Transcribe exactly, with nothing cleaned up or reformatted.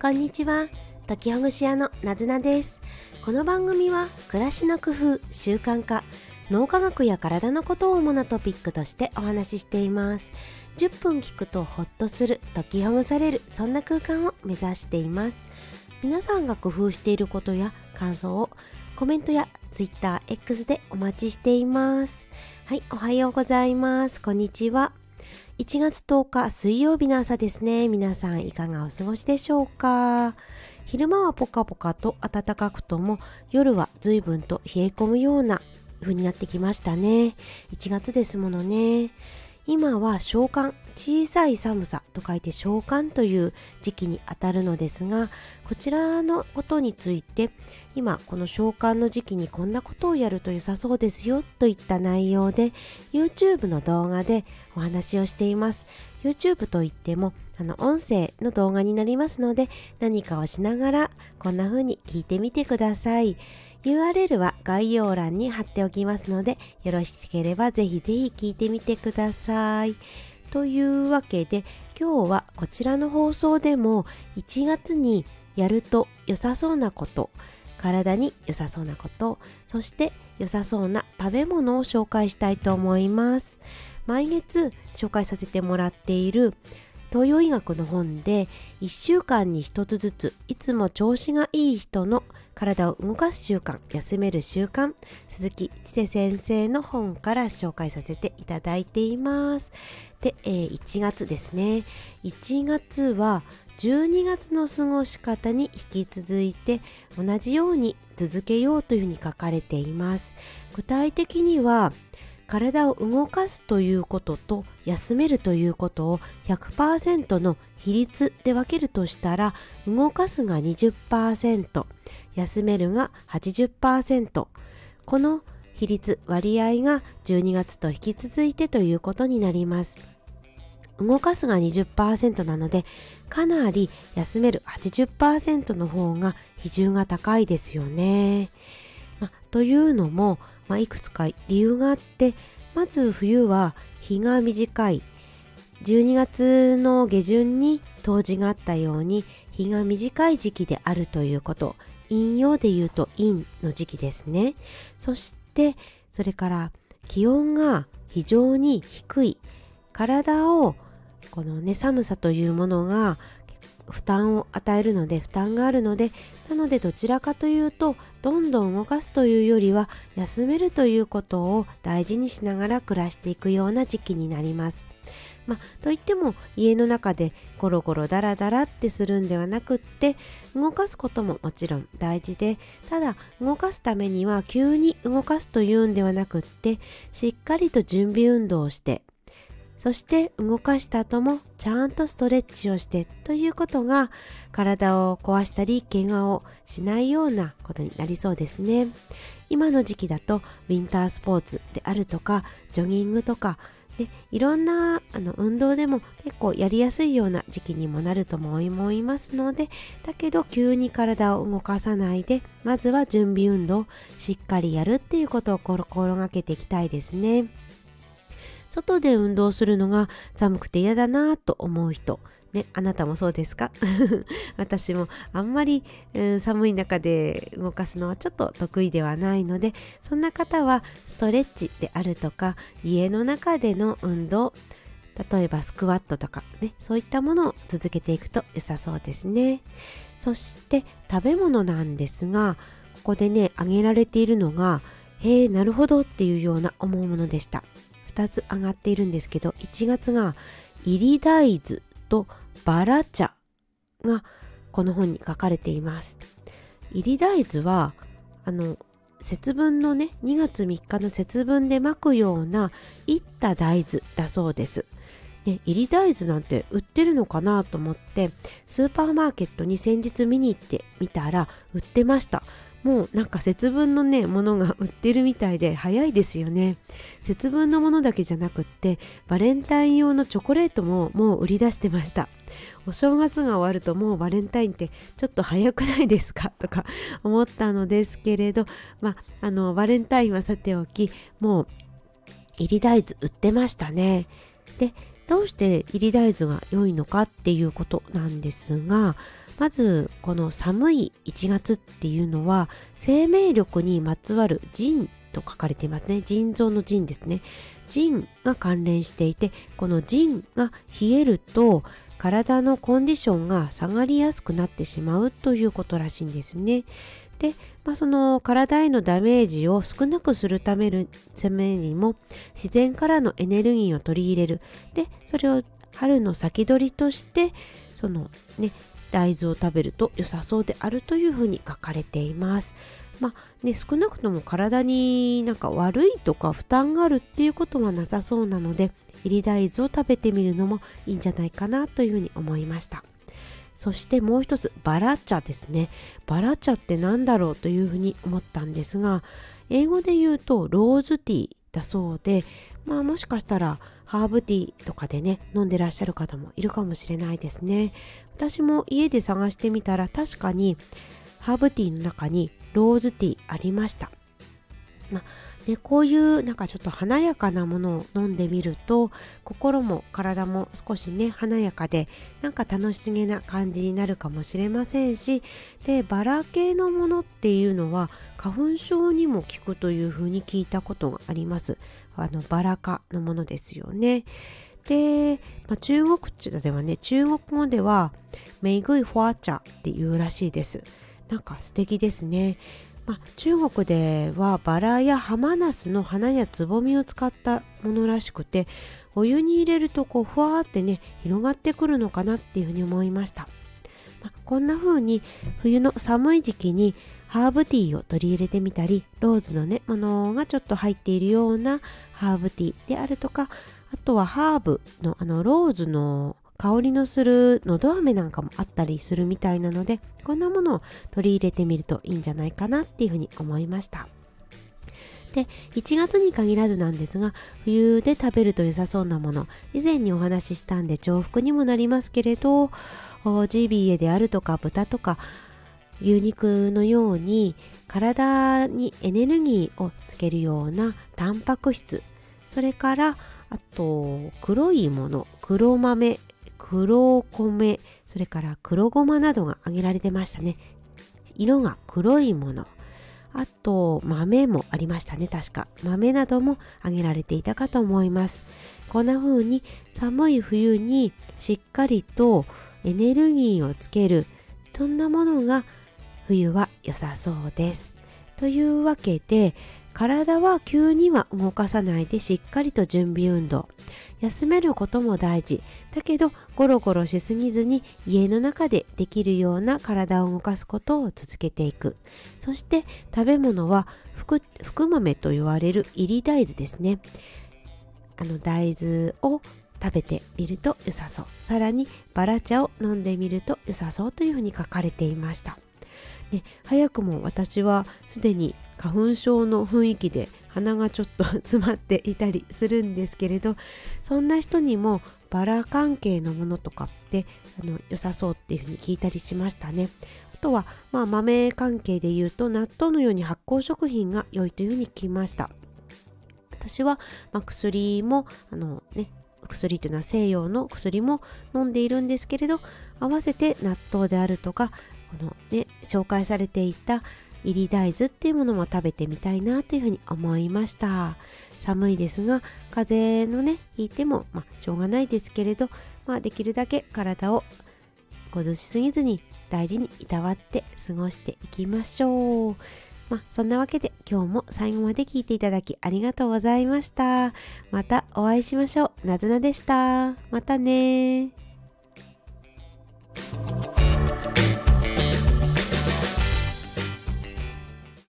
こんにちは。解きほぐし屋のなずなです。この番組は暮らしの工夫、習慣化、脳科学や体のことを主なトピックとしてお話ししています。じゅっぷん聞くとホッとする、解きほぐされる、そんな空間を目指しています。皆さんが工夫していることや感想をコメントや Twitter、X でお待ちしています。はい、おはようございます。こんにちは。いちがつとおか水曜日の朝ですね。皆さんいかがお過ごしでしょうか。昼間はポカポカと暖かくとも、夜は随分と冷え込むような風になってきましたね。いちがつですものね。今は小寒、小さい寒さと書いて小寒という時期にあたるのですが、こちらのことについて今この小寒の時期にこんなことをやると良さそうですよといった内容で YouTube の動画でお話をしています。 YouTube といってもあの音声の動画になりますので、何かをしながらこんな風に聞いてみてください。ユーアールエル は概要欄に貼っておきますので、よろしければぜひぜひ聞いてみてください。というわけで、今日はこちらの放送でもいちがつにやると良さそうなこと、体に良さそうなこと、そして良さそうな食べ物を紹介したいと思います。毎月紹介させてもらっている東洋医学の本でいっしゅうかんにひとつずついつも調子がいい人の体を動かす習慣、休める習慣、鈴木千世先生の本から紹介させていただいています。で、えー、いちがつですね。いちがつはじゅうにがつの過ごし方に引き続いて同じように続けようというふうに書かれています。具体的には体を動かすということと休めるということを ひゃくパーセント の比率で分けるとしたら、動かすが にじゅっパーセント、休めるが はちじゅっパーセント、この比率割合がじゅうにがつと引き続いてということになります。動かすが にじゅっパーセント なので、かなり休める はちじゅっパーセント の方が比重が高いですよね。まあ、というのも、まあ、いくつか理由があって、まず冬は日が短い。じゅうにがつの下旬に冬至があったように日が短い時期であるということ。陰陽で言うと陰の時期ですね。そしてそれから気温が非常に低い。体をこのね、寒さというものが負担を与えるので、負担があるので、なのでどちらかというとどんどん動かすというよりは休めるということを大事にしながら暮らしていくような時期になります。まあ、といっても家の中でゴロゴロダラダラってするんではなくって、動かすことももちろん大事で、ただ動かすためには急に動かすというんではなくって、しっかりと準備運動をして、そして動かした後もちゃんとストレッチをしてということが、体を壊したり怪我をしないようなことになりそうですね。今の時期だとウィンタースポーツであるとかジョギングとかで、いろんなあの運動でも結構やりやすいような時期にもなると思いますので、だけど急に体を動かさないで、まずは準備運動をしっかりやるっていうことを心がけていきたいですね。外で運動するのが寒くて嫌だなと思う人、ね、あなたもそうですか？私もあんまり、うん、寒い中で動かすのはちょっと得意ではないので、そんな方はストレッチであるとか家の中での運動、例えばスクワットとかね、そういったものを続けていくと良さそうですね。そして食べ物なんですが、ここでね挙げられているのが、へえなるほどっていうような思うものでした。ふたつ上がっているんですけど、いちがつが入り大豆とバラ茶がこの本に書かれています。入り大豆はあの節分のね、にがつみっかの節分でまくようないった大豆だそうです。ね、入り大豆なんて売ってるのかなと思ってスーパーマーケットに先日見に行ってみたら売ってました。もうなんか節分のねものが売ってるみたいで早いですよね。節分のものだけじゃなくって、バレンタイン用のチョコレートももう売り出してました。お正月が終わるともうバレンタインってちょっと早くないですかとか思ったのですけれど、まああのバレンタインはさておき、もう入り大豆売ってましたね。でどうして入り大豆が良いのかっていうことなんですが、まずこの寒いいちがつっていうのは生命力にまつわる腎と書かれていますね。腎臓の腎ですね。腎が関連していて、この腎が冷えると体のコンディションが下がりやすくなってしまうということらしいんですね。で、まあ、その体へのダメージを少なくするためにも自然からのエネルギーを取り入れる。で、それを春の先取りとしてそのね大豆を食べると良さそうであるというふうに書かれています。まあね、少なくとも体になんか悪いとか負担があるっていうことはなさそうなので、入り大豆を食べてみるのもいいんじゃないかなというふうに思いました。そしてもう一つ、バラ茶ですね。バラ茶って何だろうというふうに思ったんですが、英語で言うとローズティーだそうで、まあもしかしたらハーブティーとかでね飲んでらっしゃる方もいるかもしれないですね。私も家で探してみたら確かにハーブティーの中にローズティーありました。まあね、こういうなんかちょっと華やかなものを飲んでみると心も体も少しね華やかでなんか楽しげな感じになるかもしれませんし、でバラ系のものっていうのは花粉症にも効くというふうに聞いたことがあります。あのバラ科のものですよね。で、まあ、中国ではね中国語ではメイグイフォア茶っていうらしいです。なんか素敵ですね。まあ、中国ではバラやハマナスの花やつぼみを使ったものらしくて、お湯に入れるとこうふわーってね広がってくるのかなっていうふうに思いました。まあ、こんな風に冬の寒い時期にハーブティーを取り入れてみたり、ローズのねものがちょっと入っているようなハーブティーであるとか、あとはハーブのあのローズの香りのするのど飴なんかもあったりするみたいなので、こんなものを取り入れてみるといいんじゃないかなっていうふうに思いました。で、いちがつに限らずなんですが、冬で食べると良さそうなもの、以前にお話ししたんで重複にもなりますけれど、ジビエであるとか豚とか牛肉のように体にエネルギーをつけるようなタンパク質、それからあと黒いもの、黒豆、黒米、それから黒ごまなどが挙げられてましたね。色が黒いもの、あと豆もありましたね。確か豆なども挙げられていたかと思います。こんな風に寒い冬にしっかりとエネルギーをつける、そんなものが冬は良さそうです。というわけで、体は急には動かさないでしっかりと準備運動、休めることも大事だけどゴロゴロしすぎずに家の中でできるような体を動かすことを続けていく。そして食べ物は福豆と言われる入り大豆ですね。あの大豆を食べてみると良さそう、さらにバラ茶を飲んでみると良さそうというふうに書かれていました。ね、早くも私はすでに花粉症の雰囲気で鼻がちょっと詰まっていたりするんですけれど、そんな人にもバラ関係のものとかってあの良さそうっていうふうに聞いたりしましたね。あとは、まあ、豆関係で言うと納豆のように発酵食品が良いというふうに聞きました。私は、まあ、薬もあのね薬というのは西洋の薬も飲んでいるんですけれど、合わせて納豆であるとかこのね紹介されていた入り大豆っていうものも食べてみたいなというふうに思いました。寒いですが風邪のねひいても、まあ、しょうがないですけれど、まあ、できるだけ体を崩しすぎずに大事にいたわって過ごしていきましょう。まあ、そんなわけで今日も最後まで聞いていただきありがとうございました。またお会いしましょう。なずなでした。またね。